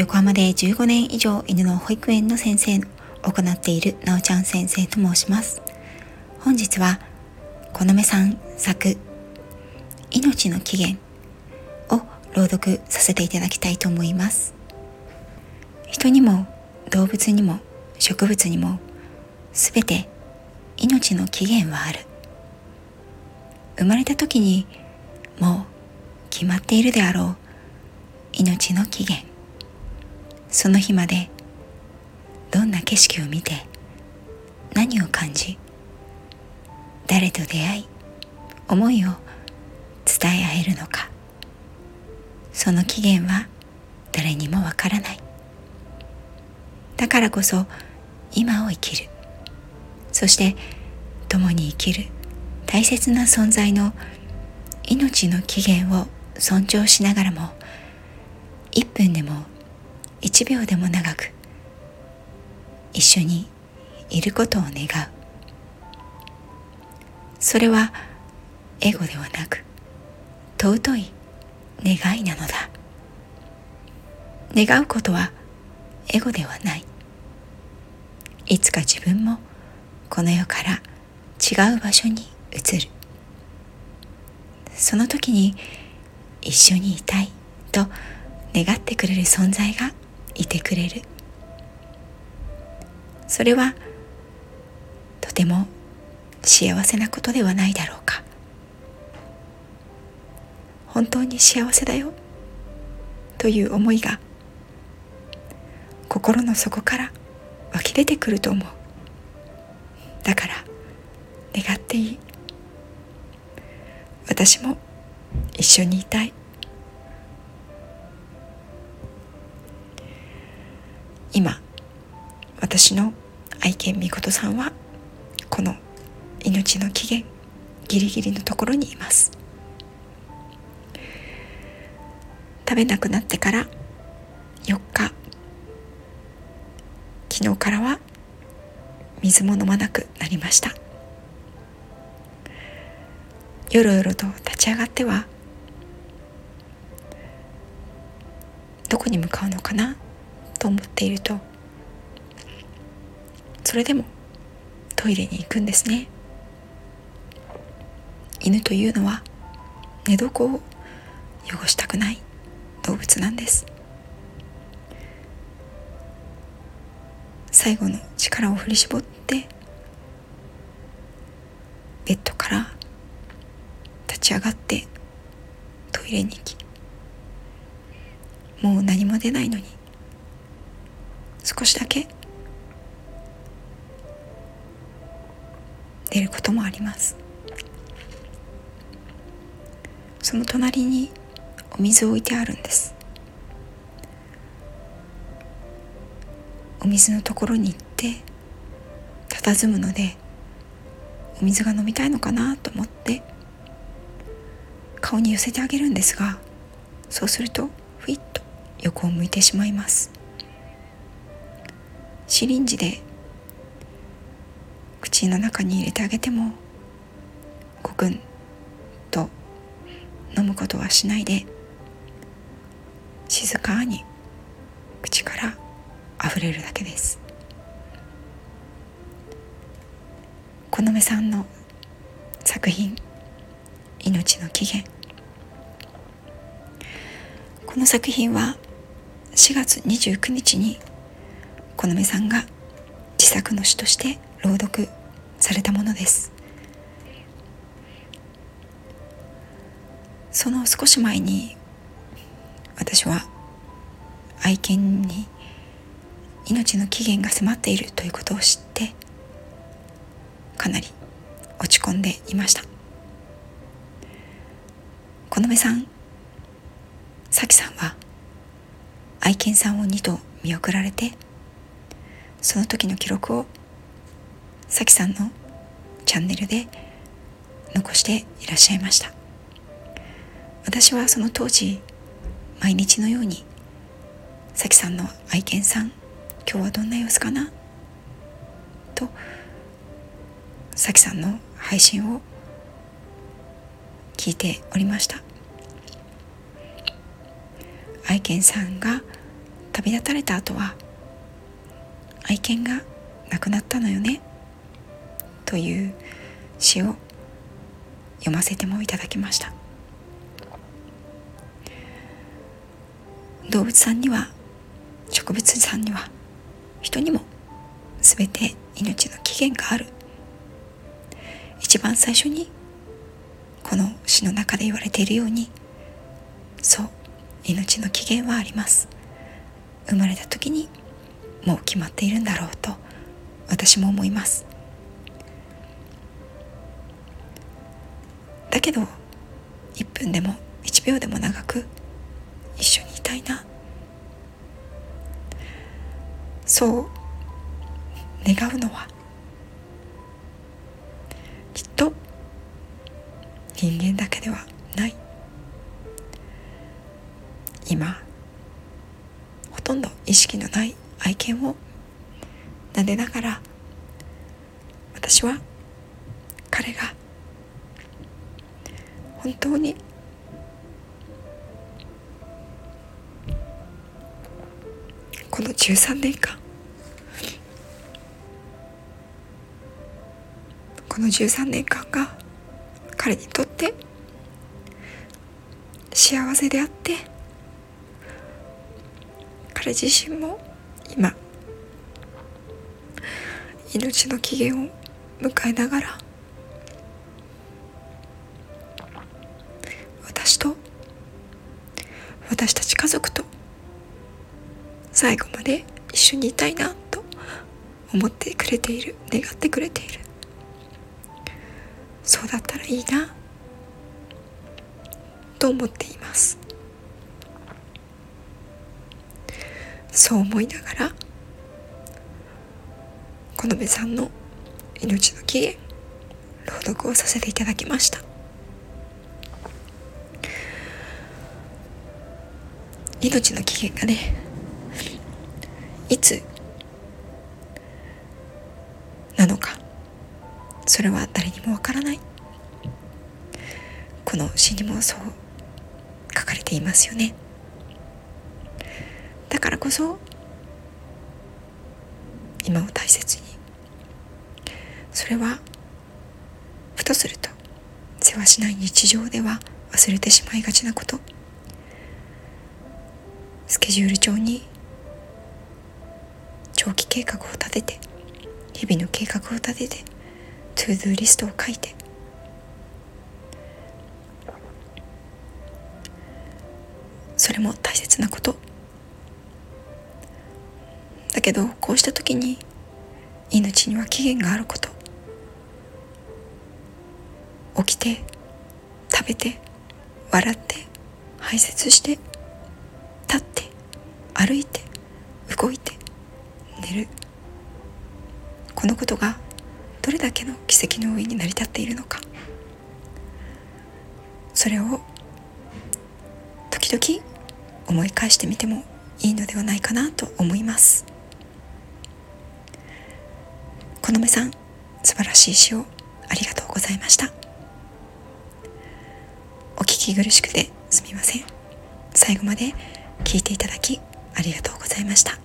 横浜で15年以上犬の保育園の先生を行っているなおちゃん先生と申します。本日はこのめさん作命の起源を朗読させていただきたいと思います。人にも動物にも植物にもすべて命の起源はある。生まれた時にもう決まっているであろう命の起源、その日までどんな景色を見て何を感じ、誰と出会い思いを伝え合えるのか、その起源は誰にもわからない。だからこそ今を生きる、そして共に生きる大切な存在の命の起源を尊重しながらも、1分でも1秒でも長く一緒にいることを願う。それはエゴではなく尊い願いなのだ。願うことはエゴではない。いつか自分もこの世から違う場所に移る。その時に一緒にいたいと願ってくれる存在がいてくれる。それはとても幸せなことではないだろうか。本当に幸せだよという思いが心の底から湧き出てくると思う。だから願っていい。私も一緒にいたい。今私の愛犬みことさんはこの命の起源ギリギリのところにいます。食べなくなってから4日、昨日からは水も飲まなくなりました。よろよろと立ち上がってはどこに向かうのかなと思っていると、それでもトイレに行くんですね。犬というのは寝床を汚したくない動物なんです。最後の力を振り絞ってベッドから立ち上がってトイレに行き、もう何も出ないのに少しだけ出ることもあります。その隣にお水を置いてあるんです。お水のところに行って佇むので、お水が飲みたいのかなと思って顔に寄せてあげるんですが、そうするとふいっと横を向いてしまいます。シリンジで口の中に入れてあげてもごくんと飲むことはしないで、静かに口から溢れるだけです。このめさんの作品命の起源、この作品は4月29日にこのめさんが自作の詩として朗読されたものです。その少し前に私は愛犬に命の起源が迫っているということを知ってかなり落ち込んでいました。このめさん、さきさんは愛犬さんを2頭見送られて、その時の記録をさきさんのチャンネルで残していらっしゃいました。私はその当時毎日のようにさきさんの愛犬さん今日はどんな様子かなとさきさんの配信を聞いておりました。愛犬さんが旅立たれた後は愛犬が亡くなったのよねという詩を読ませてもいただきました。動物さんには、植物さんには、人にもすべて命の起源がある。一番最初にこの詩の中で言われているように、そう、命の起源はあります。生まれた時にもう決まっているんだろうと私も思います。だけど1分でも1秒でも長く一緒にいたいな、そう願うのはきっと人間だけではない。今ほとんど意識のない愛犬を撫でながら、私は彼が本当にこの13年間、この13年間が彼にとって幸せであって、彼自身も今命の期限を迎えながら、私と私たち家族と最後まで一緒にいたいなと思ってくれている、願ってくれている。そうだったらいいなと思っています。そう思いながら、このべさんの命の起源朗読をさせていただきました。命の起源がね、いつなのか、それは誰にもわからない。この詩にもそう書かれていますよね。だからこそ今を大切に、それはふとするとせわしない日常では忘れてしまいがちなこと。スケジュール帳に長期計画を立てて、日々の計画を立てて、トゥードゥーリストを書いて、それも大切なこと。だけどこうした時に命には期限があること。起きて、食べて、笑って、排泄して、立って、歩いて、動いて、寝る。このことがどれだけの奇跡の上に成り立っているのか、それを時々思い返してみてもいいのではないかなと思います。このめさん、素晴らしい詩をありがとうございました。お聞き苦しくてすみません。最後まで聞いていただきありがとうございました。